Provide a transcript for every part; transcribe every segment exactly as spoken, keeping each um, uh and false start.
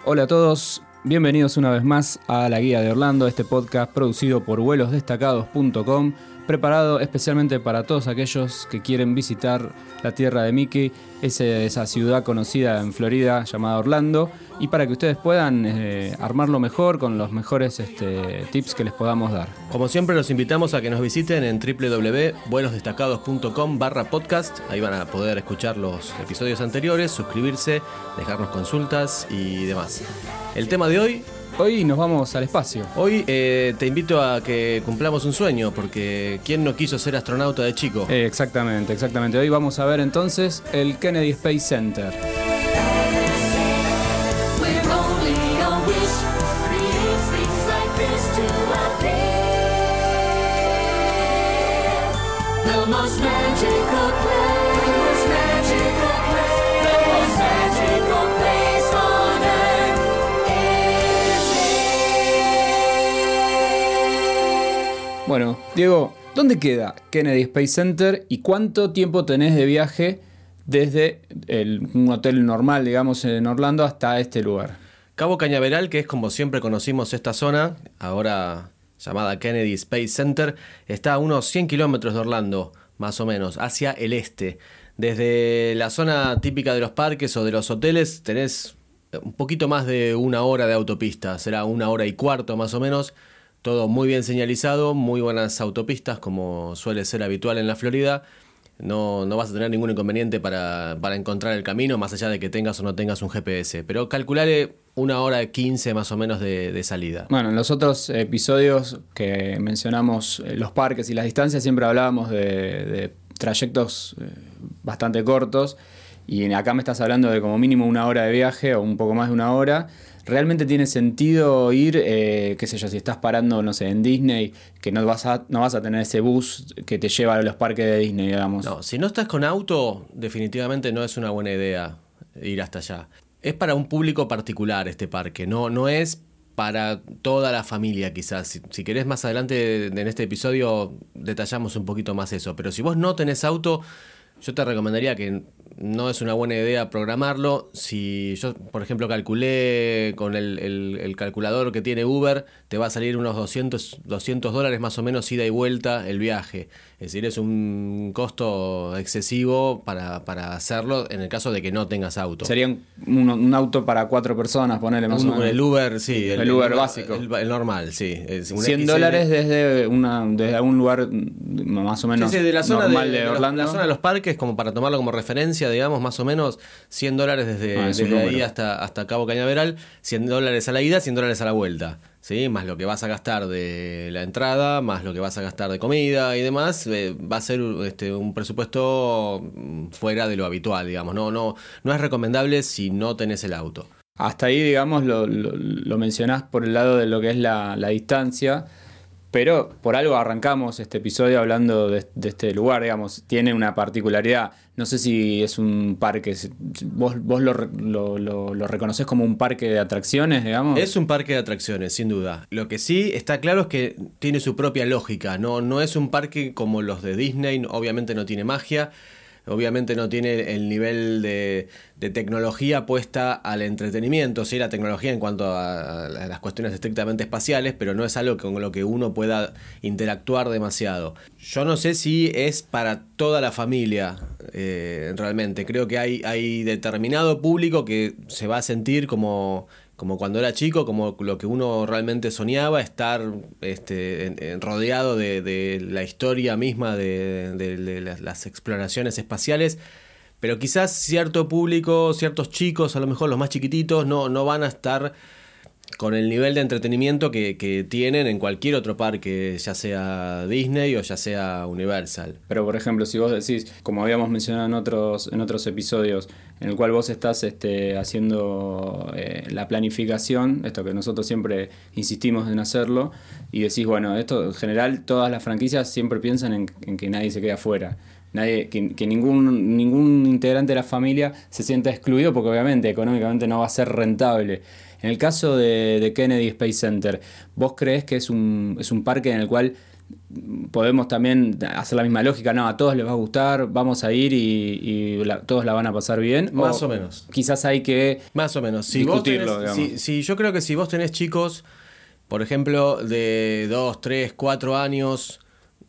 Hola a todos, bienvenidos una vez más a La Guía de Orlando, este podcast producido por vuelos destacados punto com, preparado especialmente para todos aquellos que quieren visitar la tierra de Mickey, ese, esa ciudad conocida en Florida llamada Orlando, y para que ustedes puedan eh, armarlo mejor con los mejores este, tips que les podamos dar. Como siempre, los invitamos a que nos visiten en doble u doble u doble u punto vuelos destacados punto com barra podcast. Ahí van a poder escuchar los episodios anteriores, suscribirse, dejarnos consultas y demás. El tema de hoy... Hoy nos vamos al espacio. Hoy eh, te invito a que cumplamos un sueño, porque ¿quién no quiso ser astronauta de chico? Eh, exactamente, exactamente. Hoy vamos a ver entonces el Kennedy Space Center. Bueno, Diego, ¿dónde queda Kennedy Space Center y cuánto tiempo tenés de viaje desde el, un hotel normal, digamos, en Orlando hasta este lugar? Cabo Cañaveral, que es como siempre conocimos esta zona, ahora llamada Kennedy Space Center, está a unos cien kilómetros de Orlando, más o menos, hacia el este. Desde la zona típica de los parques o de los hoteles tenés un poquito más de una hora de autopista, será una hora y cuarto más o menos. Todo muy bien señalizado, muy buenas autopistas, como suele ser habitual en la Florida. No, no vas a tener ningún inconveniente para, para encontrar el camino, más allá de que tengas o no tengas un G P S. Pero calculale una hora quince más o menos de, de salida. Bueno, en los otros episodios que mencionamos eh, los parques y las distancias, siempre hablábamos de, de trayectos eh, bastante cortos. Y acá me estás hablando de como mínimo una hora de viaje o un poco más de una hora. ¿Realmente tiene sentido ir, eh, qué sé yo, si estás parando, no sé, en Disney, que no vas a, no vas a tener ese bus que te lleva a los parques de Disney, digamos? No, si no estás con auto, definitivamente no es una buena idea ir hasta allá. Es para un público particular este parque, no, no es para toda la familia quizás. Si, si querés más adelante en este episodio detallamos un poquito más eso, pero si vos no tenés auto, yo te recomendaría que no es una buena idea programarlo. Si yo, por ejemplo, calculé con el, el, el calculador que tiene Uber, te va a salir unos doscientos dólares más o menos ida y vuelta el viaje. Es decir, es un costo excesivo para, para hacerlo en el caso de que no tengas auto. Sería un, un auto para cuatro personas, ponele más un, o menos. El Uber, sí. El, el Uber el, básico. El, el normal, sí. cien dólares desde, una, desde algún lugar más o menos sí, sí, de la zona normal de, de, de Orlando. La zona de los parques, como para tomarlo como referencia, digamos, más o menos cien dólares desde, ah, desde ahí hasta, hasta Cabo Cañaveral, cien dólares a la ida, cien dólares a la vuelta, ¿sí? Más lo que vas a gastar de la entrada, más lo que vas a gastar de comida y demás, eh, va a ser este, un presupuesto fuera de lo habitual, digamos. No, no, no es recomendable si no tenés el auto. Hasta ahí, digamos, lo, lo, lo mencionás por el lado de lo que es la, la distancia. Pero por algo arrancamos este episodio hablando de, de este lugar, digamos, tiene una particularidad. No sé si es un parque, vos, vos lo, lo, lo, lo reconocés como un parque de atracciones, digamos. Es un parque de atracciones, sin duda. Lo que sí está claro es que tiene su propia lógica. No, no es un parque como los de Disney, obviamente no tiene magia. Obviamente no tiene el nivel de, de tecnología puesta al entretenimiento, sí, la tecnología en cuanto a, a las cuestiones estrictamente espaciales, pero no es algo con lo que uno pueda interactuar demasiado. Yo no sé si es para toda la familia, eh, realmente. Creo que hay, hay determinado público que se va a sentir como... como cuando era chico, como lo que uno realmente soñaba, estar este, en, en, rodeado de, de la historia misma de, de, de las, las exploraciones espaciales, pero quizás cierto público, ciertos chicos, a lo mejor los más chiquititos, no, no van a estar con el nivel de entretenimiento que, que tienen en cualquier otro parque, ya sea Disney o ya sea Universal. Pero por ejemplo, si vos decís, como habíamos mencionado en otros, en otros episodios, en el cual vos estás este, haciendo eh, la planificación, esto que nosotros siempre insistimos en hacerlo, y decís, bueno, esto en general todas las franquicias siempre piensan en, en que nadie se quede afuera. Nadie, que, que ningún, ningún integrante de la familia se sienta excluido, porque obviamente económicamente no va a ser rentable. En el caso de, de Kennedy Space Center, ¿vos creés que es un, es un parque en el cual podemos también hacer la misma lógica, no, a todos les va a gustar, vamos a ir y, y la, todos la van a pasar bien. Más o, o menos. Quizás hay que Más o menos. Si discutirlo, vos tenés, si, si yo creo que si vos tenés chicos, por ejemplo, de dos, tres, cuatro años,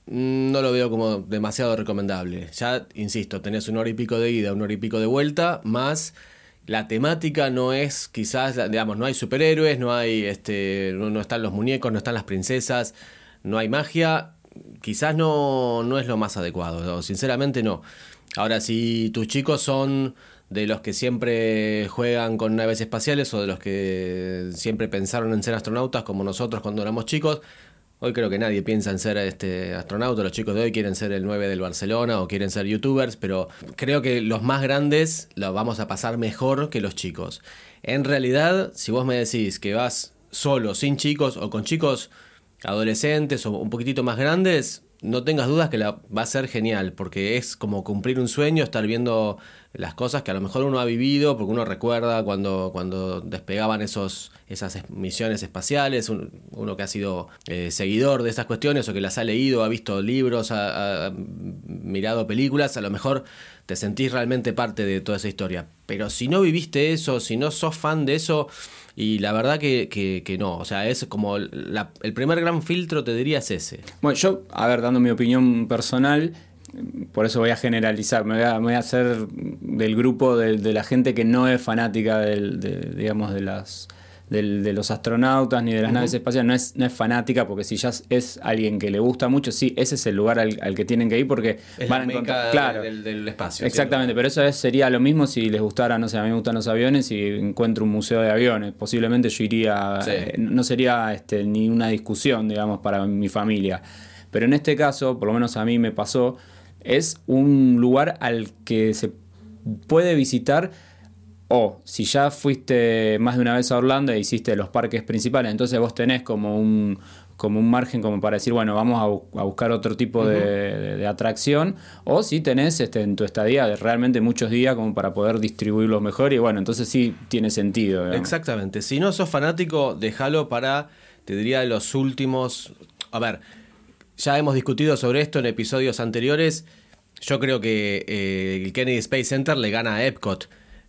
no lo veo como demasiado recomendable. Ya, insisto, tenés una hora y pico de ida, una hora y pico de vuelta, más la temática no es quizás, digamos, no hay superhéroes, no hay, este, no, no están los muñecos, no están las princesas, no hay magia, quizás no, no es lo más adecuado, ¿no? Sinceramente no. Ahora, si tus chicos son de los que siempre juegan con naves espaciales o de los que siempre pensaron en ser astronautas como nosotros cuando éramos chicos, hoy creo que nadie piensa en ser este astronauta, los chicos de hoy quieren ser el nueve del Barcelona o quieren ser youtubers, pero creo que los más grandes los vamos a pasar mejor que los chicos. En realidad, si vos me decís que vas solo, sin chicos o con chicos adolescentes o un poquitito más grandes, no tengas dudas que la va a ser genial, porque es como cumplir un sueño, estar viendo las cosas que a lo mejor uno ha vivido, porque uno recuerda cuando, cuando despegaban esos, esas misiones espaciales, un, uno que ha sido eh, seguidor de estas cuestiones o que las ha leído, ha visto libros, ha, ha mirado películas, a lo mejor te sentís realmente parte de toda esa historia. Pero si no viviste eso, si no sos fan de eso, y la verdad que, que, que no, o sea, es como la, el primer gran filtro, te diría, es ese. Bueno, yo, a ver, dando mi opinión personal, por eso voy a generalizar, me voy a, me voy a hacer del grupo de, de la gente que no es fanática del, de, digamos, de las del, de los astronautas ni de las uh-huh. naves espaciales, no es, no es fanática, porque si ya es alguien que le gusta mucho, sí, ese es el lugar al, al que tienen que ir, porque es van la a meca encontrar, claro, del, del espacio. Exactamente, pero eso es, sería lo mismo si les gustara, no sé, a mí me gustan los aviones y encuentro un museo de aviones, posiblemente yo iría, sí. eh, no sería este, ni una discusión, digamos, para mi familia. Pero en este caso, por lo menos a mí me pasó, es un lugar al que se puede visitar. O si ya fuiste más de una vez a Orlando e hiciste los parques principales, entonces vos tenés como un, como un margen como para decir, bueno, vamos a, bu- a buscar otro tipo uh-huh. de, de, de atracción. O si tenés este, en tu estadía de realmente muchos días como para poder distribuirlo mejor. Y bueno, entonces sí tiene sentido, digamos. Exactamente. Si no sos fanático, déjalo para, te diría, los últimos... A ver, ya hemos discutido sobre esto en episodios anteriores. Yo creo que eh, el Kennedy Space Center le gana a Epcot.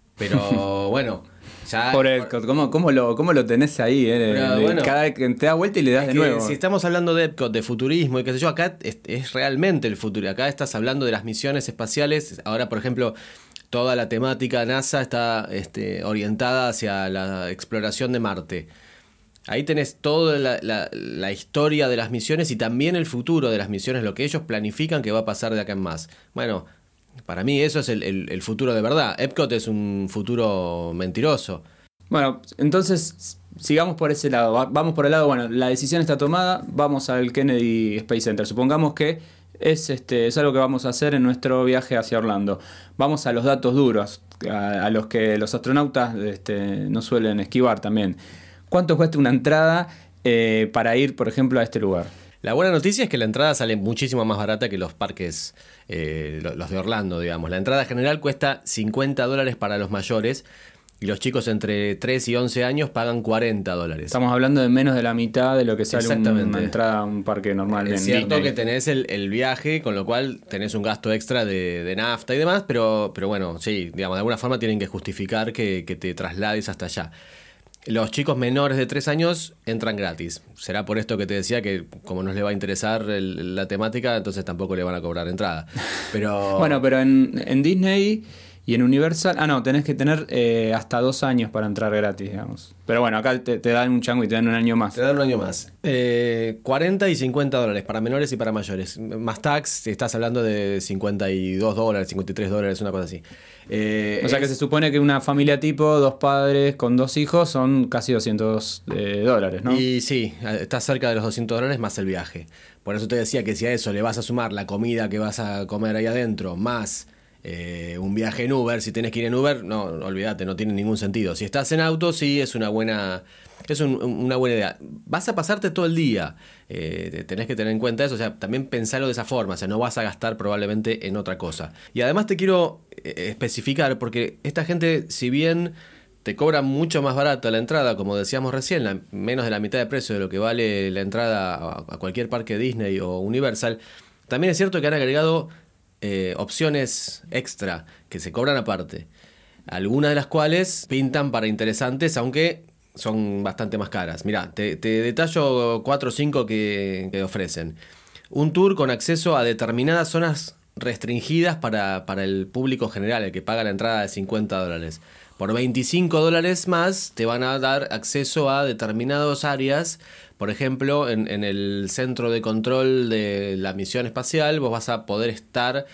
Pero bueno, ya... Por Epcot, ¿cómo, cómo, lo, ¿cómo lo tenés ahí? Eh? Pero, bueno, cada vez que te das vuelta y le das de nuevo. Si estamos hablando de Epcot, de futurismo y qué sé yo, acá es, es realmente el futuro. Acá estás hablando de las misiones espaciales. Ahora, por ejemplo, toda la temática NASA está este, orientada hacia la exploración de Marte. Ahí tenés toda la, la, la historia de las misiones y también el futuro de las misiones, lo que ellos planifican que va a pasar de acá en más. Bueno... Para mí eso es el, el, el futuro de verdad. Epcot es un futuro mentiroso. Bueno, entonces sigamos por ese lado. Vamos por el lado, bueno, la decisión está tomada, vamos al Kennedy Space Center. Supongamos que es, este, es algo que vamos a hacer en nuestro viaje hacia Orlando. Vamos a los datos duros, a, a los que los astronautas este, no suelen esquivar también. ¿Cuánto cuesta una entrada eh, para ir, por ejemplo, a este lugar? La buena noticia es que la entrada sale muchísimo más barata que los parques, eh, los de Orlando, digamos. La entrada general cuesta cincuenta dólares para los mayores y los chicos entre tres y once años pagan cuarenta dólares. Estamos hablando de menos de la mitad de lo que sale un, una entrada a un parque normal. Es en cierto Disney. que tenés el, el viaje, con lo cual tenés un gasto extra de, de nafta y demás, pero, pero bueno, sí, digamos, de alguna forma tienen que justificar que, que te traslades hasta allá. Los chicos menores de tres años entran gratis. Será por esto que te decía que como no les va a interesar el, la temática, entonces tampoco le van a cobrar entrada. Pero bueno, pero en, en Disney y en Universal... Ah, no, tenés que tener eh, hasta dos años para entrar gratis, digamos. Pero bueno, acá te, te dan un chango y te dan un año más. Te dan un año más. Eh, cuarenta y cincuenta dólares para menores y para mayores. Más tax, estás hablando de cincuenta y dos dólares, cincuenta y tres dólares, una cosa así. Eh, o sea es... que se supone que una familia tipo, dos padres con dos hijos, son casi doscientos eh, dólares, ¿no? Y sí, estás cerca de los doscientos dólares más el viaje. Por eso te decía que si a eso le vas a sumar la comida que vas a comer ahí adentro, más eh, un viaje en Uber, si tenés que ir en Uber, no, olvídate, no tiene ningún sentido. Si estás en auto, sí, es una buena... Es un, una buena idea. Vas a pasarte todo el día. Eh, tenés que tener en cuenta eso. O sea, también pensarlo de esa forma. O sea, no vas a gastar probablemente en otra cosa. Y además te quiero eh, especificar, porque esta gente, si bien te cobran mucho más barato la entrada, como decíamos recién, la, menos de la mitad de precio de lo que vale la entrada a, a cualquier parque Disney o Universal. También es cierto que han agregado eh, opciones extra que se cobran aparte, algunas de las cuales pintan para interesantes, aunque son bastante más caras. Mirá, te, te detallo cuatro o cinco que, que ofrecen. Un tour con acceso a determinadas zonas restringidas para, para el público general, el que paga la entrada de cincuenta dólares. Por veinticinco dólares más te van a dar acceso a determinadas áreas. Por ejemplo, en, en el centro de control de la misión espacial vos vas a poder estar,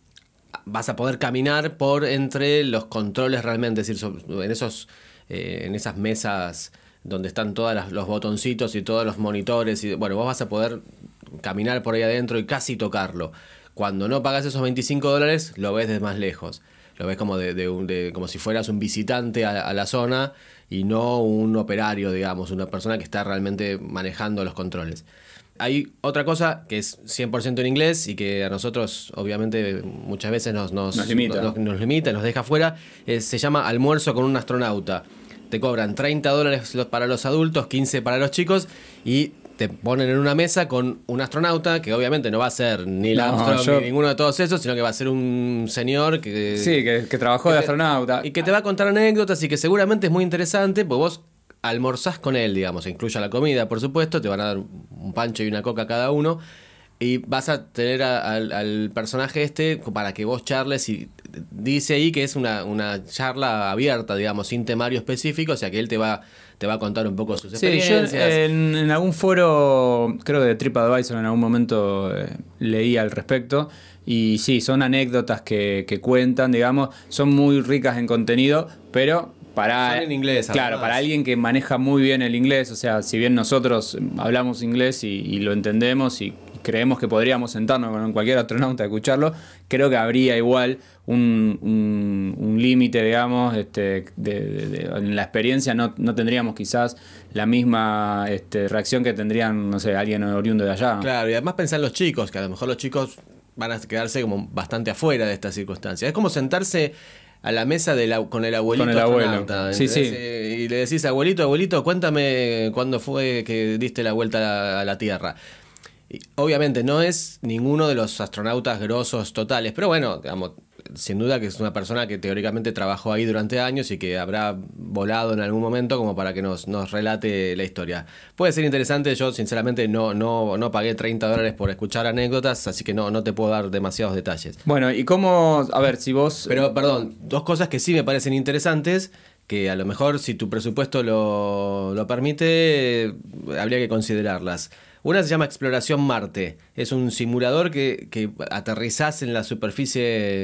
vas a poder caminar por entre los controles realmente, es decir, en esos, eh, en esas mesas donde están todos los botoncitos y todos los monitores. Y, bueno, vos vas a poder caminar por ahí adentro y casi tocarlo. Cuando no pagas esos veinticinco dólares, lo ves desde más lejos. Lo ves como, de, de un, de, como si fueras un visitante a, a la zona y no un operario, digamos, una persona que está realmente manejando los controles. Hay otra cosa que es cien por ciento en inglés y que a nosotros obviamente muchas veces nos, nos, nos, limita. nos, nos limita, nos deja fuera. Eh, se llama Almuerzo con un astronauta. Te cobran treinta dólares para los adultos, quince para los chicos y te ponen en una mesa con un astronauta que obviamente no va a ser ni Neil Armstrong no, yo... ni ninguno de todos esos, sino que va a ser un señor que... Sí, que, que trabajó que de te, astronauta. Y que te va a contar anécdotas y que seguramente es muy interesante, pues vos almorzás con él, digamos, incluye la comida, por supuesto, te van a dar un pancho y una coca cada uno, y vas a tener a, a, al personaje este para que vos charles, y dice ahí que es una, una charla abierta, digamos, sin temario específico, o sea que él te va... te va a contar un poco sus sí, experiencias. Yo en, en algún foro, creo que de TripAdvisor en algún momento eh, leí al respecto. Y sí, son anécdotas que, que cuentan, digamos, son muy ricas en contenido, pero para... Son en inglés. Claro, para alguien que maneja muy bien el inglés, o sea, si bien nosotros hablamos inglés y, y lo entendemos y creemos que podríamos sentarnos con cualquier astronauta a escucharlo, creo que habría igual un, un, un límite, digamos, este, de, de, de, en la experiencia no, no tendríamos quizás la misma este, reacción que tendrían, no sé, alguien oriundo de allá. Claro, y además pensar en los chicos, que a lo mejor los chicos van a quedarse como bastante afuera de estas circunstancias. Es como sentarse a la mesa de la, con el abuelito con el astronauta. Abuelo. Sí, sí. Y le decís, abuelito, abuelito, cuéntame cuándo fue que diste la vuelta a la, a la Tierra. Y obviamente no es ninguno de los astronautas grosos totales, pero bueno, digamos, sin duda que es una persona que teóricamente trabajó ahí durante años y que habrá volado en algún momento como para que nos, nos relate la historia. Puede ser interesante, yo sinceramente no, no, no pagué treinta dólares por escuchar anécdotas, así que no, no te puedo dar demasiados detalles. Bueno, y cómo, a ver, si vos... Pero, perdón, dos cosas que sí me parecen interesantes, que a lo mejor si tu presupuesto lo, lo permite, habría que considerarlas. Una se llama Exploración Marte. Es un simulador que, que aterrizás en la superficie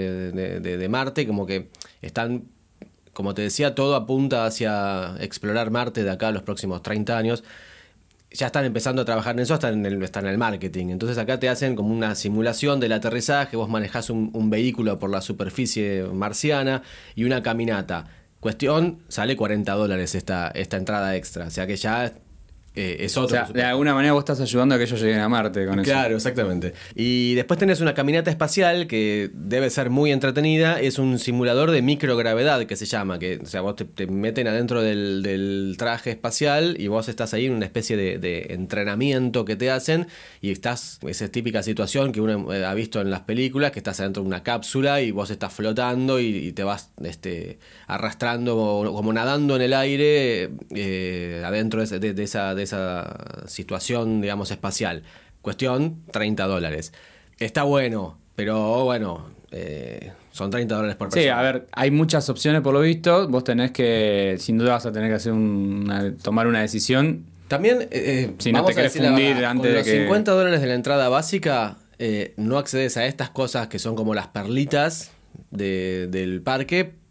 de, de, de Marte, como que están, como te decía, todo apunta hacia explorar Marte de acá a los próximos treinta años. Ya están empezando a trabajar en eso, están en el, están en el marketing. Entonces acá te hacen como una simulación del aterrizaje, vos manejás un, un vehículo por la superficie marciana y una caminata. Cuestión, sale cuarenta dólares esta, esta entrada extra, o sea que ya... Eh, es otro, o sea, de alguna manera vos estás ayudando a que ellos lleguen a Marte con claro, eso. Claro, exactamente. Y después tenés una caminata espacial que debe ser muy entretenida. Es un simulador de microgravedad que se llama. Que, o sea, vos te, te meten adentro del, del traje espacial y vos estás ahí en una especie de, de entrenamiento que te hacen. Y estás, esa es típica situación que uno ha visto en las películas, que estás adentro de una cápsula y vos estás flotando y, y te vas este, arrastrando como nadando en el aire eh, adentro de, de, de esa... de esa situación, digamos, espacial. Cuestión, treinta dólares. Está bueno, pero bueno, eh, son treinta dólares por persona. Sí, a ver, hay muchas opciones por lo visto. Vos tenés que, sin duda vas a tener que hacer una, tomar una decisión. También, eh, si no te querés fundir verdad, antes con de los que... cincuenta dólares de la entrada básica, eh, no accedes a estas cosas que son como las perlitas de, del parque,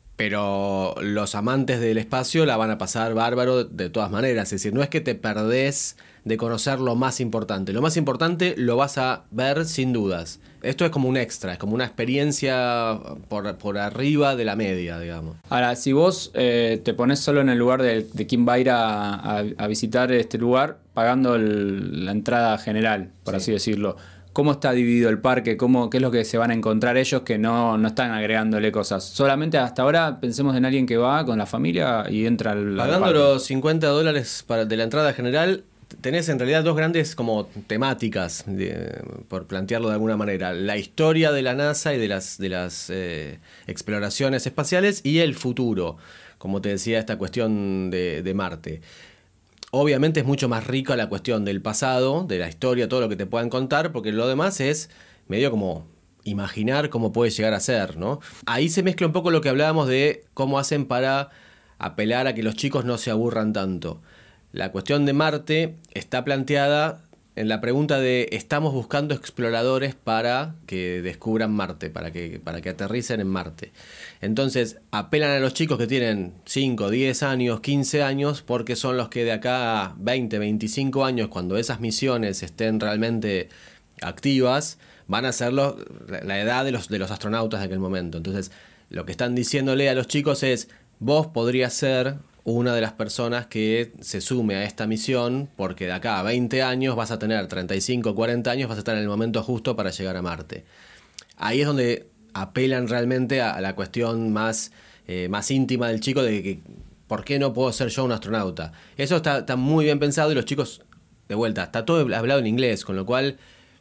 pero los amantes del espacio la van a pasar bárbaro de todas maneras. Es decir, no es que te perdés de conocer lo más importante. Lo más importante lo vas a ver sin dudas. Esto es como un extra, es como una experiencia por, por arriba de la media, digamos. Ahora, si vos eh, te pones solo en el lugar de, de quien va a ir a, a, a visitar este lugar, pagando el, la entrada general, por sí. así decirlo, cómo está dividido el parque, cómo, qué es lo que se van a encontrar ellos que no, no están agregándole cosas. Solamente hasta ahora pensemos en alguien que va con la familia y entra al, Pagando al los cincuenta dólares para, de la entrada general, tenés en realidad dos grandes como temáticas, de, por plantearlo de alguna manera. La historia de la NASA y de las, de las eh, exploraciones espaciales y el futuro, como te decía, esta cuestión de, de Marte. Obviamente es mucho más rica la cuestión del pasado, de la historia, todo lo que te puedan contar, porque lo demás es medio como imaginar cómo puede llegar a ser, ¿no? Ahí se mezcla un poco lo que hablábamos de cómo hacen para apelar a que los chicos no se aburran tanto. La cuestión de Marte está planteada en la pregunta de estamos buscando exploradores para que descubran Marte, para que, para que aterricen en Marte. Entonces apelan a los chicos que tienen cinco, diez años, quince años, porque son los que de acá a veinte, veinticinco años, cuando esas misiones estén realmente activas, van a ser los, la edad de los, de los astronautas de aquel momento. Entonces lo que están diciéndole a los chicos es, vos podrías ser una de las personas que se sume a esta misión, porque de acá a veinte años vas a tener treinta y cinco, cuarenta años, vas a estar en el momento justo para llegar a Marte. Ahí es donde apelan realmente a, a la cuestión más, eh, más íntima del chico de que ¿por qué no puedo ser yo un astronauta? Eso está, está muy bien pensado y los chicos, de vuelta, está todo hablado en inglés, con lo cual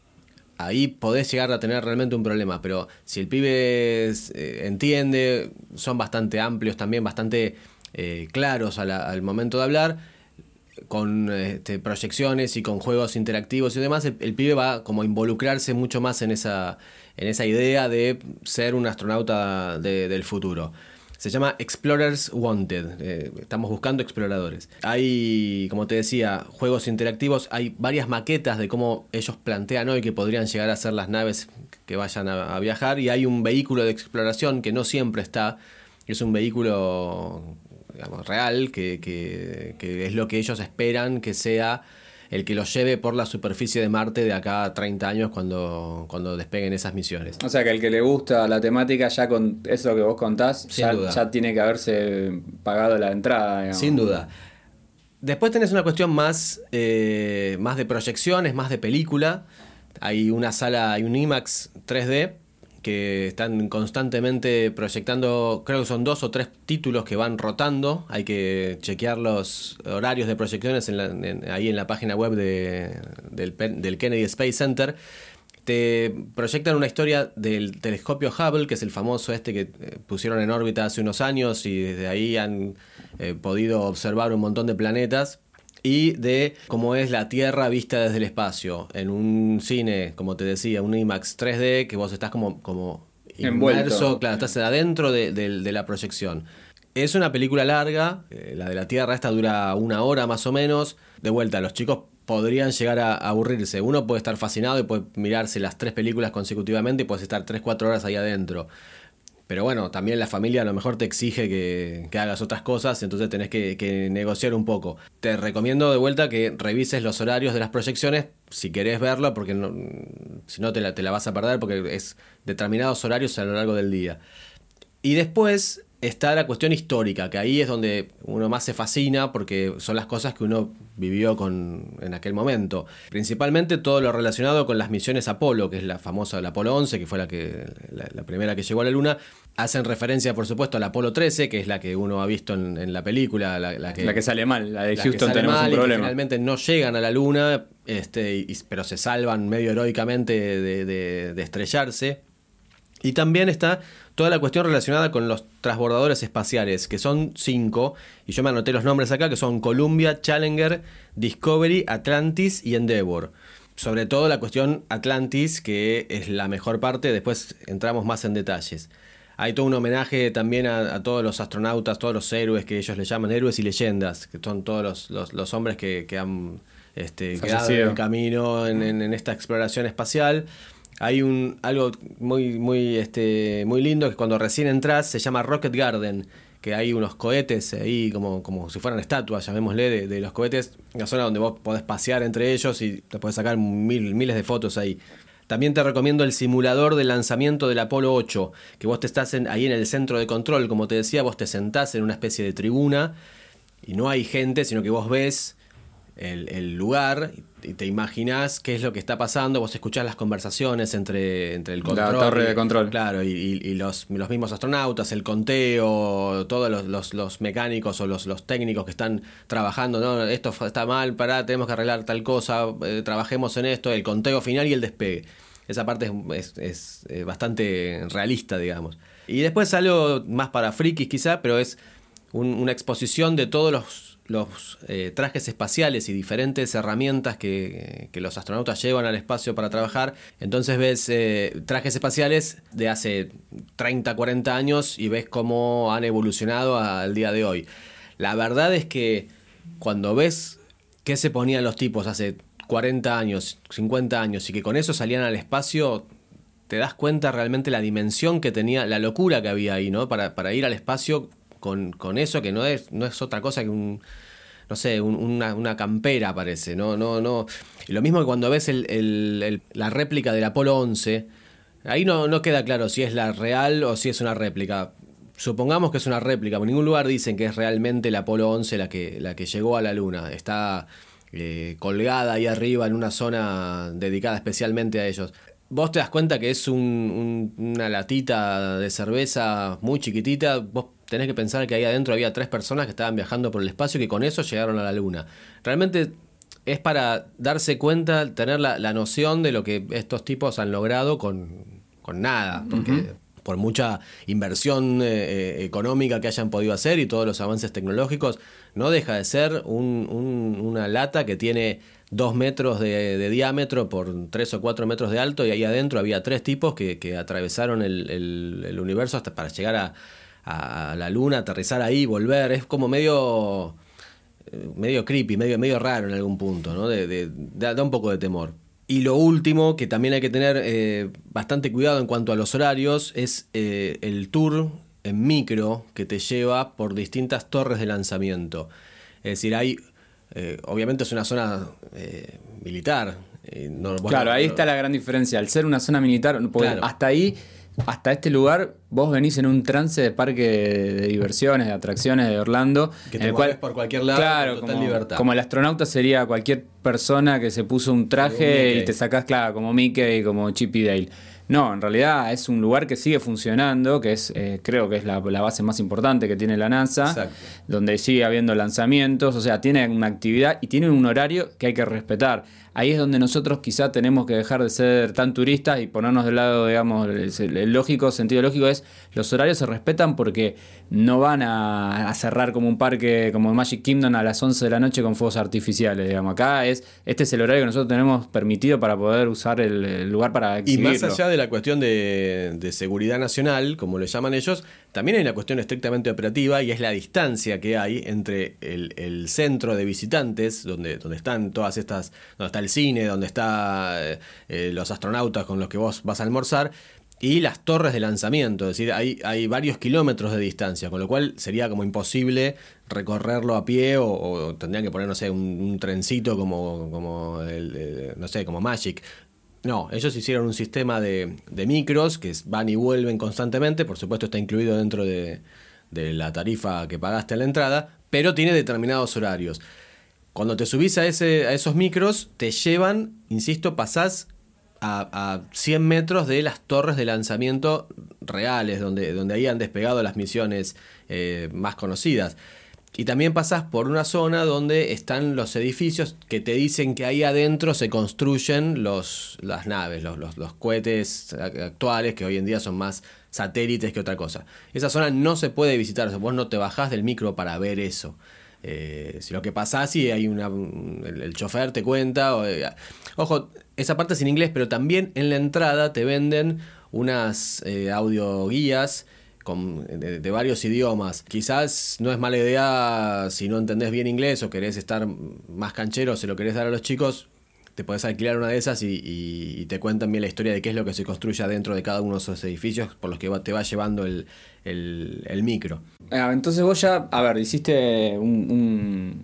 ahí podés llegar a tener realmente un problema, pero si el pibe eh, entiende, son bastante amplios también, bastante Eh, claros a la, al momento de hablar, con este, proyecciones y con juegos interactivos y demás, el, el pibe va como a involucrarse mucho más en esa, en esa idea de ser un astronauta de, del futuro. Se llama Explorers Wanted, eh, estamos buscando exploradores. Hay, como te decía, juegos interactivos, hay varias maquetas de cómo ellos plantean hoy que podrían llegar a ser las naves que vayan a, a viajar, y hay un vehículo de exploración que no siempre está, es un vehículo, digamos, real, que, que, que es lo que ellos esperan que sea el que los lleve por la superficie de Marte de acá a treinta años cuando, cuando despeguen esas misiones. O sea que el que le gusta la temática, ya con eso que vos contás, ya, ya tiene que haberse pagado la entrada, digamos. Sin duda. Después tenés una cuestión más, eh, más de proyecciones, más de película. Hay una sala, hay un IMAX tres D que están constantemente proyectando, creo que son dos o tres títulos que van rotando. Hay que chequear los horarios de proyecciones en la, en, ahí en la página web de, del, del Kennedy Space Center. Te proyectan una historia del telescopio Hubble, que es el famoso este que pusieron en órbita hace unos años y desde ahí han eh, podido observar un montón de planetas, y de cómo es la Tierra vista desde el espacio en un cine, como te decía, un IMAX tres D, que vos estás como, como inmerso, claro, estás adentro de, de, de la proyección. Es una película larga, eh, la de la Tierra esta dura una hora más o menos. De vuelta, los chicos podrían llegar a aburrirse. Uno puede estar fascinado y puede mirarse las tres películas consecutivamente y puedes estar tres, cuatro horas ahí adentro. Pero bueno, también la familia a lo mejor te exige que, que hagas otras cosas, entonces tenés que, que negociar un poco. Te recomiendo de vuelta que revises los horarios de las proyecciones si querés verlo, porque no, si no te la, te la vas a perder, porque es determinados horarios a lo largo del día. Y después está la cuestión histórica, que ahí es donde uno más se fascina, porque son las cosas que uno vivió con, en aquel momento. Principalmente todo lo relacionado con las misiones Apolo, que es la famosa, la Apolo once, que fue la, que, la, la primera que llegó a la Luna. Hacen referencia, por supuesto, a la Apolo trece, que es la que uno ha visto en, en la película. La, la, que, la que sale mal, la de la Houston tenemos un problema. Finalmente no llegan a la Luna, este, y, pero se salvan medio heroicamente de, de, de estrellarse. Y también está toda la cuestión relacionada con los transbordadores espaciales, que son cinco, y yo me anoté los nombres acá, que son Columbia, Challenger, Discovery, Atlantis y Endeavour. Sobre todo la cuestión Atlantis, que es la mejor parte, después entramos más en detalles. Hay todo un homenaje también a, a todos los astronautas, todos los héroes, que ellos le llaman héroes y leyendas, que son todos los, los, los hombres que, que han este, quedado en el camino en, en, en esta exploración espacial. Hay un algo muy muy este muy lindo, que cuando recién entras se llama Rocket Garden, que hay unos cohetes ahí como, como si fueran estatuas, llamémosle, de, de los cohetes, una zona donde vos podés pasear entre ellos y te podés sacar mil, miles de fotos ahí. También te recomiendo el simulador de lanzamiento del Apolo ocho, que vos te estás en, ahí en el centro de control, como te decía, vos te sentás en una especie de tribuna y no hay gente, sino que vos ves el, el lugar y te imaginás qué es lo que está pasando, vos escuchás las conversaciones entre, entre el control. La torre y, de control. Claro, y, y, y los, los mismos astronautas, el conteo, todos los, los, los mecánicos o los, los técnicos que están trabajando, no, esto está mal, pará, tenemos que arreglar tal cosa, eh, trabajemos en esto, el conteo final y el despegue. Esa parte es, es, es bastante realista, digamos. Y después algo más para frikis quizá, pero es un, una exposición de todos los, los eh, trajes espaciales y diferentes herramientas que, que los astronautas llevan al espacio para trabajar. Entonces ves eh, trajes espaciales de hace treinta, cuarenta años y ves cómo han evolucionado al día de hoy. La verdad es que cuando ves qué se ponían los tipos hace cuarenta años, cincuenta años y que con eso salían al espacio, te das cuenta realmente la dimensión que tenía, la locura que había ahí, ¿no? Para, para ir al espacio con, con eso que no es, no es otra cosa que un, no sé, un, una, una campera parece, ¿no? No, no. Y lo mismo que cuando ves el, el, el, la réplica del Apolo once, ahí no, no queda claro si es la real o si es una réplica. Supongamos que es una réplica, por ningún lugar dicen que es realmente el Apolo once la que, la que llegó a la Luna. Está eh, colgada ahí arriba en una zona dedicada especialmente a ellos. Vos te das cuenta que es un, un, una latita de cerveza muy chiquitita. Vos tenés que pensar que ahí adentro había tres personas que estaban viajando por el espacio y que con eso llegaron a la Luna. Realmente es para darse cuenta, tener la, la noción de lo que estos tipos han logrado con, con nada. Porque uh-huh. por mucha inversión eh, económica que hayan podido hacer y todos los avances tecnológicos, no deja de ser un, un, una lata que tiene dos metros de, de diámetro por tres o cuatro metros de alto, y ahí adentro había tres tipos que, que atravesaron el, el, el universo hasta para llegar a, a la Luna, aterrizar ahí, volver. Es como medio medio creepy, medio, medio raro en algún punto, ¿no? De, de, de, da un poco de temor. Y lo último, que también hay que tener eh, bastante cuidado en cuanto a los horarios, es eh, el tour en micro que te lleva por distintas torres de lanzamiento. Es decir, hay... Eh, obviamente es una zona eh, militar. Eh, no, claro, no, ahí no, está la gran diferencia. Al ser una zona militar, porque claro. hasta ahí, hasta este lugar, vos venís en un trance de parque de, de diversiones, de atracciones de Orlando. Que te en el cual cual, por cualquier lado, claro, con total como, libertad. Como el astronauta sería cualquier persona que se puso un traje y te sacás, claro, como Mickey, como Chip y Dale. No, en realidad es un lugar que sigue funcionando, que es eh, creo que es la, la base más importante que tiene la NASA. Exacto. Donde sigue habiendo lanzamientos, o sea, tiene una actividad y tiene un horario que hay que respetar. Ahí es donde nosotros quizá tenemos que dejar de ser tan turistas y ponernos del lado, digamos, el, el lógico, el sentido lógico es, los horarios se respetan porque no van a, a cerrar como un parque, como Magic Kingdom a las once de la noche con fuegos artificiales, digamos. Acá es, este es el horario que nosotros tenemos permitido para poder usar el, el lugar para exhibirlo. Y más allá de la cuestión de, de seguridad nacional, como le llaman ellos, también hay una cuestión estrictamente operativa y es la distancia que hay entre el, el centro de visitantes, donde, donde están todas estas, donde está el cine, donde están eh, los astronautas con los que vos vas a almorzar, y las torres de lanzamiento. Es decir, hay, hay varios kilómetros de distancia, con lo cual sería como imposible recorrerlo a pie o, o tendrían que poner, no sé, un, un trencito como, como el, el, no sé, como Magic. No, ellos hicieron un sistema de, de micros que van y vuelven constantemente. Por supuesto está incluido dentro de, de la tarifa que pagaste en la entrada, pero tiene determinados horarios. Cuando te subís a, ese, a esos micros, te llevan, insisto, pasás a, a cien metros de las torres de lanzamiento reales, donde, donde ahí han despegado las misiones eh, más conocidas. Y también pasás por una zona donde están los edificios que te dicen que ahí adentro se construyen los, las naves, los, los, los cohetes actuales, que hoy en día son más satélites que otra cosa. Esa zona no se puede visitar, o sea, vos no te bajás del micro para ver eso. Eh, si lo que pasa, si hay una el, el chofer te cuenta o, eh, ojo, esa parte es en inglés, pero también en la entrada te venden unas eh, audioguías con, de, de varios idiomas. Quizás no es mala idea si no entendés bien inglés o querés estar más canchero, se lo querés dar a los chicos, te podés alquilar una de esas y, y, y te cuentan bien la historia de qué es lo que se construye adentro de cada uno de esos edificios por los que va, te va llevando el, el, el micro. Entonces vos ya, a ver, hiciste un, un,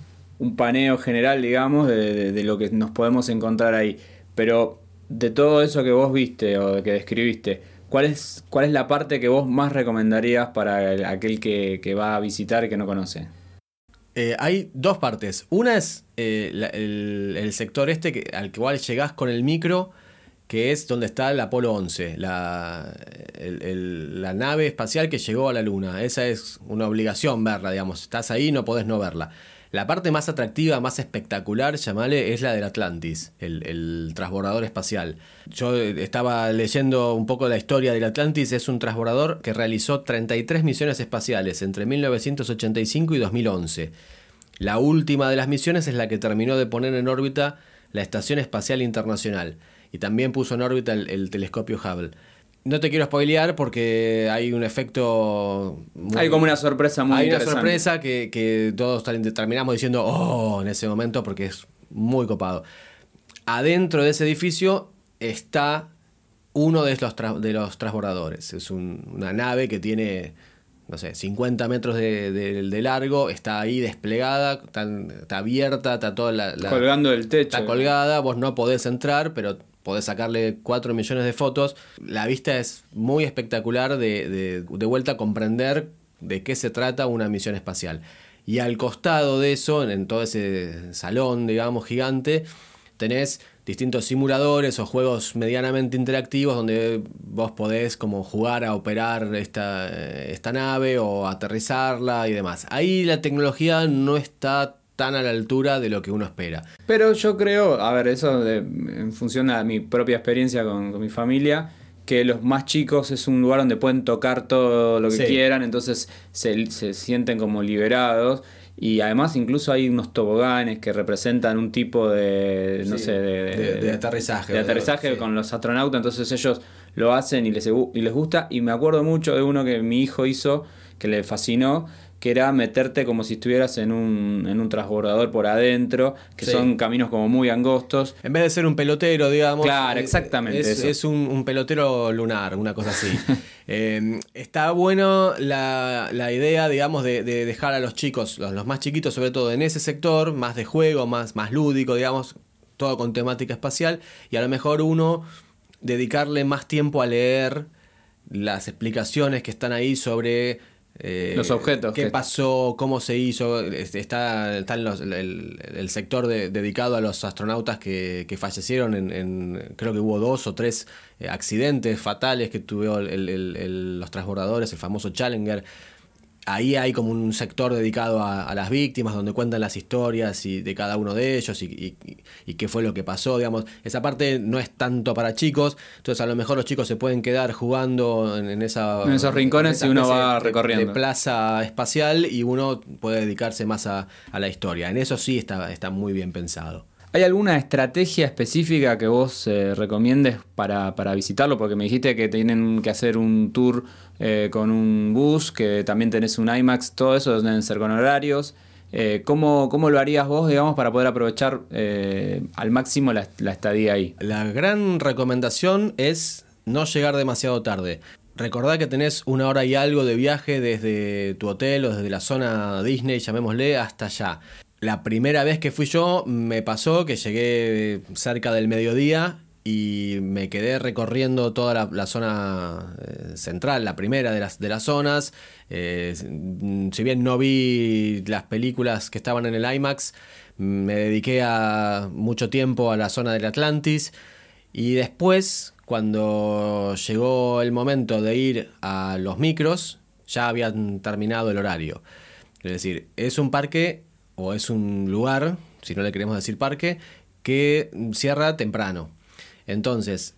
un paneo general, digamos, de, de, de lo que nos podemos encontrar ahí. Pero de todo eso que vos viste o que describiste, ¿cuál es, cuál es la parte que vos más recomendarías para el, aquel que, que va a visitar y que no conoce? Eh, hay dos partes. Una es eh, la- el, el sector este que, al cual llegás con el micro, que es donde está el Apolo once, la, el- el- la nave espacial que llegó a la Luna. Esa es una obligación verla, digamos. Estás ahí, no podés no verla. La parte más atractiva, más espectacular, llamale, es la del Atlantis, el, el transbordador espacial. Yo eh, estaba leyendo un poco la historia del Atlantis. Es un transbordador que realizó treinta y tres misiones espaciales entre mil novecientos ochenta y cinco y dos mil once. La última de las misiones es la que terminó de poner en órbita la Estación Espacial Internacional y también puso en órbita el, el telescopio Hubble. No te quiero spoilear porque hay un efecto... muy- Hay como una sorpresa muy hay una interesante. sorpresa que, que todos tal- terminamos diciendo oh en ese momento porque es muy copado. Adentro de ese edificio está uno de los, tra- de los transbordadores. Es un- una nave que tiene, no sé, cincuenta metros de, de- de largo, está ahí desplegada, está, está abierta, está toda la, la- Colgando del techo. está colgada, vos no podés entrar, pero podés sacarle cuatro millones de fotos. La vista es muy espectacular de, de, de vuelta a comprender de qué se trata una misión espacial. Y al costado de eso, en, en todo ese salón, digamos, gigante, tenés distintos simuladores o juegos medianamente interactivos donde vos podés como jugar a operar esta, esta nave o aterrizarla y demás. Ahí la tecnología no está tan a la altura de lo que uno espera. Pero yo creo, a ver, eso de- en función a mi propia experiencia con, con mi familia, que los más chicos es un lugar donde pueden tocar todo lo que Sí. quieran, entonces se, se sienten como liberados. Y además incluso hay unos toboganes que representan un tipo de, no Sí, sé, de, de- de aterrizaje. de aterrizaje Sí. con los astronautas, entonces ellos lo hacen y les, y les gusta. Y me acuerdo mucho de uno que mi hijo hizo, que le fascinó, que era meterte como si estuvieras en un, en un transbordador por adentro, que Sí. son caminos como muy angostos. En vez de ser un pelotero, digamos. Claro, eh, exactamente Es, eso. es un, un pelotero lunar, una cosa así. Eh, está bueno la, la idea, digamos, de, de dejar a los chicos, los, los más chiquitos, sobre todo en ese sector, más de juego, más, más lúdico, digamos, todo con temática espacial. Y a lo mejor uno dedicarle más tiempo a leer las explicaciones que están ahí sobre eh, Los objetos qué que- pasó, cómo se hizo. Este, está está en los- el, el sector de- dedicado a los astronautas que, que fallecieron en, en- creo que hubo dos o tres eh, accidentes fatales que tuvieron el- el- el- los transbordadores, el famoso Challenger. Ahí hay como un sector dedicado a, a las víctimas, donde cuentan las historias y de cada uno de ellos y, y- y qué fue lo que pasó, digamos. Esa parte no es tanto para chicos, entonces a lo mejor los chicos se pueden quedar jugando en, en esa, En esos rincones esa y uno especie va de- recorriendo. de plaza espacial y uno puede dedicarse más a, a la historia. En eso sí está, está muy bien pensado. ¿Hay alguna estrategia específica que vos eh, recomiendes para, para visitarlo? Porque me dijiste que tienen que hacer un tour eh, con un bus, que también tenés un IMAX, todo eso deben ser con horarios. Eh, ¿cómo, ¿Cómo lo harías vos, digamos, para poder aprovechar eh, al máximo la, la estadía ahí? La gran recomendación es no llegar demasiado tarde. Recordá que tenés una hora y algo de viaje desde tu hotel o desde la zona Disney, llamémosle, hasta allá. La primera vez que fui yo me pasó que llegué cerca del mediodía y me quedé recorriendo toda la, la zona eh, central, la primera de las, de las zonas. Eh, si bien no vi las películas que estaban en el IMAX, me dediqué a mucho tiempo a la zona del Atlantis. Y después, cuando llegó el momento de ir a los micros, ya habían terminado el horario. Es decir, es un parque o es un lugar, si no le queremos decir parque, que cierra temprano. Entonces,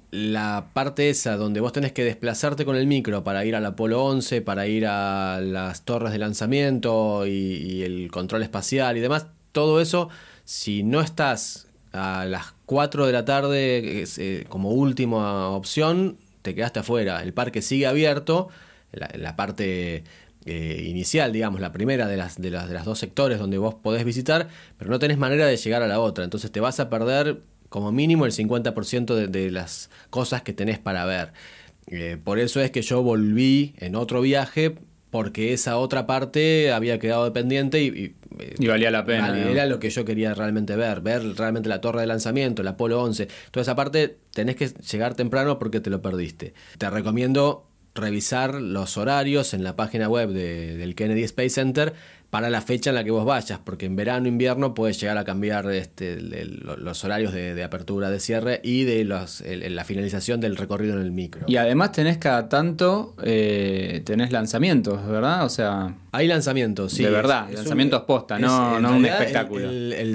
la parte esa donde vos tenés que desplazarte con el micro para ir al Apolo once, para ir a las torres de lanzamiento y, y el control espacial y demás, todo eso, si no estás a las cuatro de la tarde es, eh, como última opción, te quedaste afuera. El parque sigue abierto, la, la parte eh, inicial, digamos, la primera de las, de, las, de las dos sectores donde vos podés visitar, pero no tenés manera de llegar a la otra. Entonces te vas a perder como mínimo el cincuenta por ciento de, de las cosas que tenés para ver. Eh, por eso es que yo volví en otro viaje, porque esa otra parte había quedado pendiente y, y, Y valía la pena, vale, ¿no? era lo que yo quería realmente ver, ver realmente la torre de lanzamiento, el Apolo once. Toda esa parte tenés que llegar temprano porque te lo perdiste. Te recomiendo revisar los horarios en la página web de, del Kennedy Space Center para la fecha en la que vos vayas, porque en verano e invierno puedes llegar a cambiar este, el, el, los horarios de, de apertura, de cierre y de los, el, la finalización del recorrido en el micro. Y además tenés cada tanto, eh, tenés lanzamientos, ¿verdad? O sea... Hay lanzamientos, sí. De verdad, es, lanzamientos un, posta, es, no, no un espectáculo. El, el, el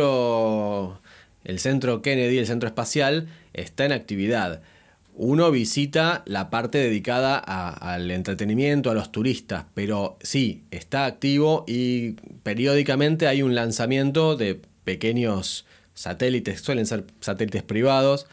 centro, el centro Kennedy, el centro espacial, está en actividad. Uno visita la parte dedicada a, al entretenimiento, a los turistas, pero sí, está activo y periódicamente hay un lanzamiento de pequeños satélites, suelen ser satélites privados,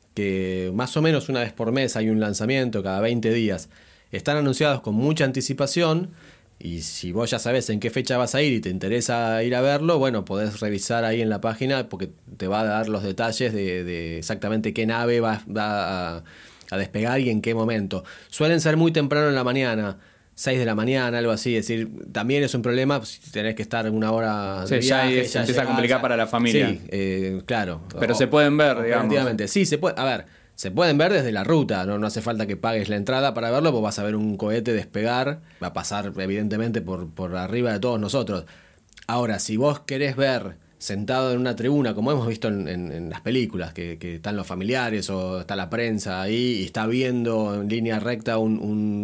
que más o menos una vez por mes hay un lanzamiento, cada veinte días. Están anunciados con mucha anticipación y si vos ya sabés en qué fecha vas a ir y te interesa ir a verlo, bueno, podés revisar ahí en la página porque te va a dar los detalles de, de exactamente qué nave va, va a, a despegar y en qué momento. Suelen ser muy temprano en la mañana, seis de la mañana, algo así. Es decir, también es un problema si tenés que estar una hora de sí, viaje. Ya, es, ya empieza a complicar para la familia. Sí, eh, claro. Pero o, se pueden ver, digamos. Efectivamente, sí, se puede. A ver, se pueden ver desde la ruta, ¿no? No hace falta que pagues la entrada para verlo, pues vas a ver un cohete despegar, va a pasar evidentemente por, por arriba de todos nosotros. Ahora, si vos querés ver sentado en una tribuna, como hemos visto en, en, en las películas, que, que están los familiares o está la prensa ahí y está viendo en línea recta un,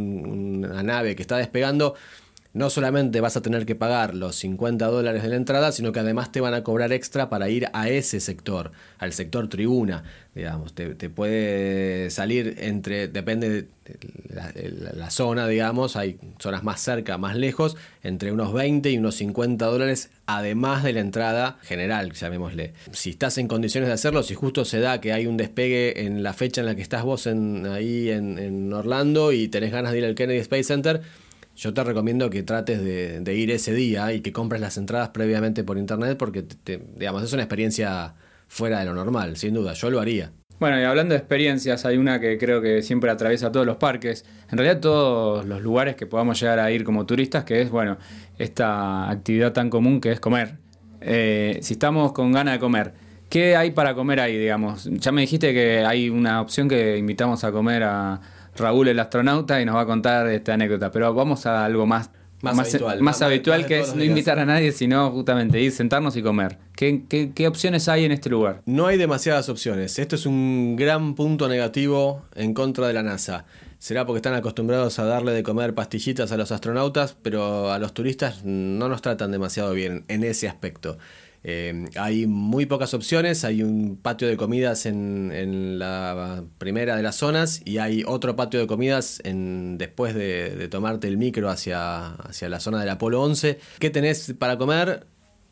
un, una nave que está despegando, no solamente vas a tener que pagar los cincuenta dólares de la entrada, sino que además te van a cobrar extra para ir a ese sector, al sector tribuna, digamos. Te, te puede salir entre, depende de la, la, la zona, digamos, hay zonas más cerca, más lejos, entre unos veinte y unos cincuenta dólares, además de la entrada general, llamémosle. Si estás en condiciones de hacerlo, si justo se da que hay un despegue en la fecha en la que estás vos en, ahí en, en Orlando y tenés ganas de ir al Kennedy Space Center, yo te recomiendo que trates de, de ir ese día y que compres las entradas previamente por internet porque, te, te, digamos, es una experiencia fuera de lo normal, sin duda. Yo lo haría. Bueno, y hablando de experiencias, hay una que creo que siempre atraviesa todos los parques, en realidad todos los lugares que podamos llegar a ir como turistas, que es, bueno, esta actividad tan común que es comer. Eh, si estamos con ganas de comer, ¿qué hay para comer ahí, digamos? Ya me dijiste que hay una opción que invitamos a comer a Raúl el astronauta y nos va a contar esta anécdota, pero vamos a algo más, más, más habitual, más, más habitual más que es no invitar a nadie, sino justamente ir, sentarnos y comer. ¿Qué, qué, ¿Qué opciones hay en este lugar? No hay demasiadas opciones. Esto es un gran punto negativo en contra de la NASA. Será porque están acostumbrados a darle de comer pastillitas a los astronautas, pero a los turistas no nos tratan demasiado bien en ese aspecto. Eh, hay muy pocas opciones, hay un patio de comidas en, en la primera de las zonas y hay otro patio de comidas en, después de, de tomarte el micro hacia, hacia la zona del Apolo once. ¿Qué tenés para comer?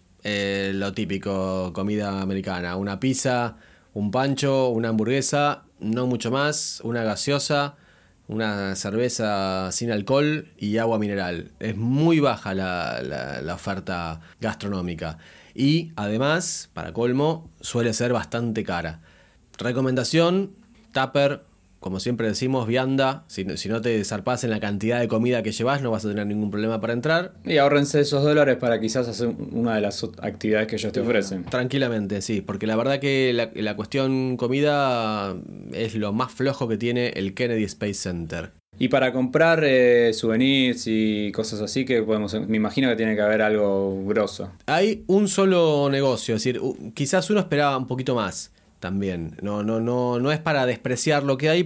Eh, lo típico, comida americana, una pizza, un pancho, una hamburguesa, no mucho más, una gaseosa, una cerveza sin alcohol y agua mineral. Es muy baja la, la, la oferta gastronómica. Y además, para colmo, suele ser bastante cara. Recomendación, tupper, como siempre decimos, vianda. Si, si no te zarpás en la cantidad de comida que llevas, no vas a tener ningún problema para entrar. Y ahórrense esos dólares para quizás hacer una de las actividades que ellos te ofrecen. Tranquilamente, sí, porque la verdad que la, la cuestión comida es lo más flojo que tiene el Kennedy Space Center. Y para comprar eh, souvenirs y cosas así, que podemos, me imagino que tiene que haber algo grosso. Hay un solo negocio, es decir, uh, quizás uno esperaba un poquito más también. No, no, no, no es para despreciar lo que hay,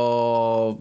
pero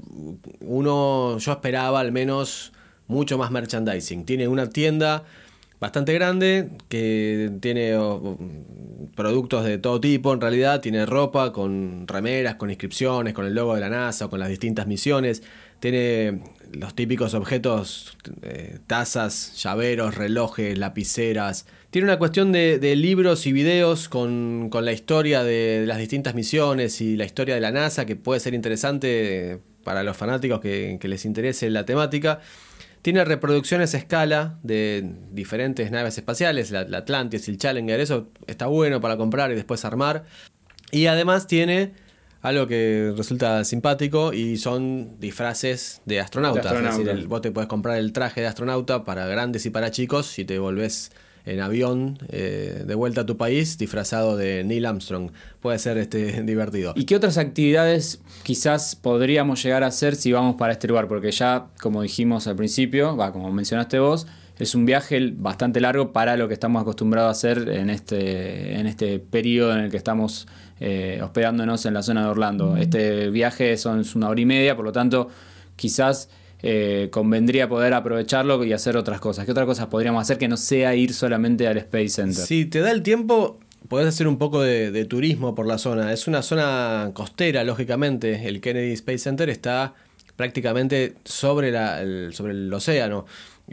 uno, yo esperaba al menos mucho más merchandising. Tiene una tienda bastante grande que tiene oh, productos de todo tipo, en realidad tiene ropa con remeras, con inscripciones, con el logo de la NASA, con las distintas misiones. Tiene los típicos objetos, eh, tazas, llaveros, relojes, lapiceras. Tiene una cuestión de, de libros y videos con, con la historia de, de las distintas misiones y la historia de la NASA, que puede ser interesante para los fanáticos que, que les interese la temática. Tiene reproducciones a escala de diferentes naves espaciales, la, la Atlantis y el Challenger. Eso está bueno para comprar y después armar. Y además tiene algo que resulta simpático y son disfraces de astronautas. De astronauta. Es decir, el, vos te podés comprar el traje de astronauta para grandes y para chicos si te volvés en avión eh, de vuelta a tu país disfrazado de Neil Armstrong. Puede ser este, divertido. ¿Y qué otras actividades quizás podríamos llegar a hacer si vamos para este lugar? Porque ya, como dijimos al principio, va, como mencionaste vos, es un viaje bastante largo para lo que estamos acostumbrados a hacer en este, en este periodo en el que estamos eh, hospedándonos en la zona de Orlando. Este viaje son una hora y media, por lo tanto, quizás eh, convendría poder aprovecharlo y hacer otras cosas. ¿Qué otras cosas podríamos hacer que no sea ir solamente al Space Center? Si te da el tiempo, podés hacer un poco de, de turismo por la zona. Es una zona costera, lógicamente. El Kennedy Space Center está prácticamente sobre, la, el, sobre el océano.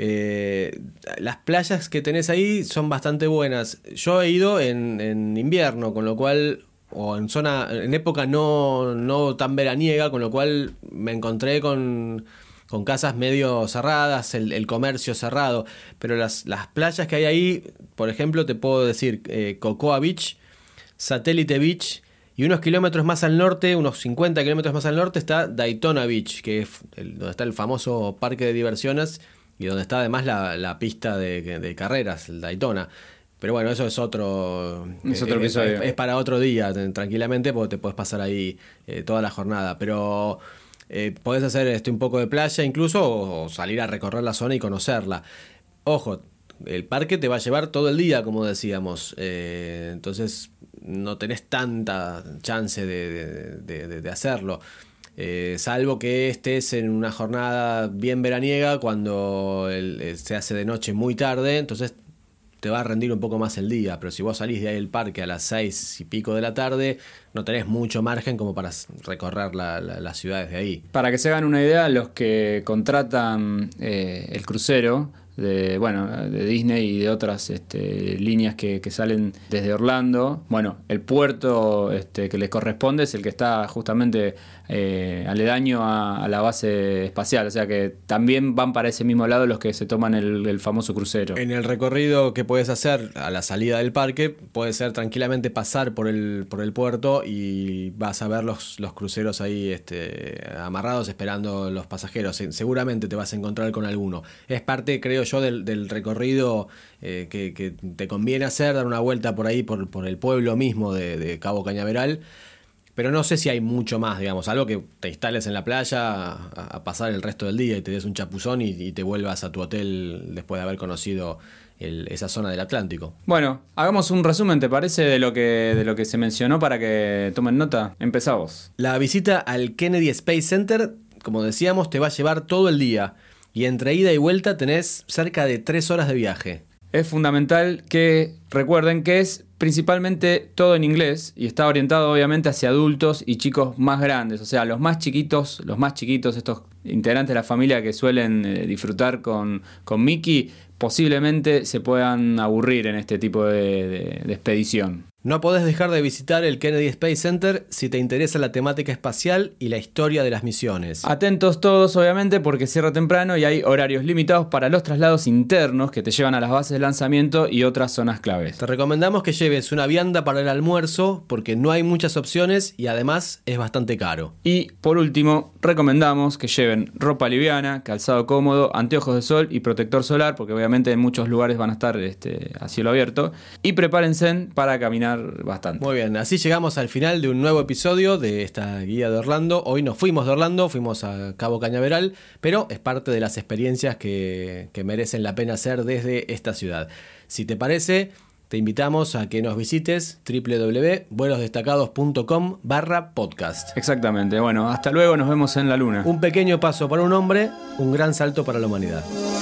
Eh, las playas que tenés ahí son bastante buenas. Yo he ido en, en invierno, con lo cual, o en zona, en época no, no tan veraniega, con lo cual me encontré con, con casas medio cerradas, el, el comercio cerrado. Pero las, las playas que hay ahí, por ejemplo, te puedo decir eh, Cocoa Beach, Satellite Beach, y unos kilómetros más al norte, unos cincuenta kilómetros más al norte, está Daytona Beach, que es el, donde está el famoso parque de diversiones y donde está además la, la pista de, de carreras, el Daytona. Pero bueno, eso es otro, es, otro es, es, es para otro día, tranquilamente, porque te puedes pasar ahí eh, toda la jornada. Pero eh, podés hacer este, un poco de playa incluso, o, o salir a recorrer la zona y conocerla. Ojo, el parque te va a llevar todo el día, como decíamos. Eh, entonces no tenés tanta chance de, de, de, de hacerlo. Eh, salvo que estés en una jornada bien veraniega, cuando el, se hace de noche muy tarde, entonces te va a rendir un poco más el día. Pero si vos salís de ahí del parque a las seis y pico de la tarde, no tenés mucho margen como para recorrer la, la, las ciudades de ahí. Para que se hagan una idea, los que contratan eh, el crucero de, bueno, de Disney y de otras este, líneas que, que salen desde Orlando, bueno, el puerto este, que les corresponde es el que está justamente eh, aledaño a, a la base espacial, o sea que también van para ese mismo lado los que se toman el, el famoso crucero. En el recorrido que puedes hacer a la salida del parque, puede ser tranquilamente pasar por el, por el puerto y vas a ver los, los cruceros ahí este, amarrados esperando los pasajeros. Seguramente te vas a encontrar con alguno. Es parte, creo yo, del, del recorrido eh, que, que te conviene hacer, dar una vuelta por ahí, por, por el pueblo mismo de, de Cabo Cañaveral. Pero no sé si hay mucho más, digamos, algo que te instales en la playa a, a pasar el resto del día y te des un chapuzón y, y te vuelvas a tu hotel después de haber conocido el, esa zona del Atlántico. Bueno, hagamos un resumen, ¿te parece? De lo que, de lo que se mencionó para que tomen nota. Empezamos. La visita al Kennedy Space Center, como decíamos, te va a llevar todo el día. Y entre ida y vuelta tenés cerca de tres horas de viaje. Es fundamental que recuerden que es principalmente todo en inglés y está orientado obviamente hacia adultos y chicos más grandes, o sea, los más chiquitos, los más chiquitos, estos integrantes de la familia que suelen eh, disfrutar con, con Mickey, posiblemente se puedan aburrir en este tipo de, de, de expedición. No podés dejar de visitar el Kennedy Space Center si te interesa la temática espacial y la historia de las misiones. Atentos todos, obviamente, porque cierra temprano y hay horarios limitados para los traslados internos que te llevan a las bases de lanzamiento y otras zonas claves. Te recomendamos que lleves una vianda para el almuerzo porque no hay muchas opciones y además es bastante caro. Y por último, recomendamos que lleven ropa liviana, calzado cómodo, anteojos de sol y protector solar, porque obviamente en muchos lugares van a estar este, a cielo abierto, y prepárense para caminar bastante. Muy bien, así llegamos al final de un nuevo episodio de esta guía de Orlando. Hoy nos fuimos de Orlando, fuimos a Cabo Cañaveral, pero es parte de las experiencias que, que merecen la pena hacer desde esta ciudad. Si te parece, te invitamos a que nos visites doble u doble u doble u punto vuelos destacados punto com barra podcast. Exactamente, bueno, hasta luego, nos vemos en la luna. Un pequeño paso para un hombre, un gran salto para la humanidad.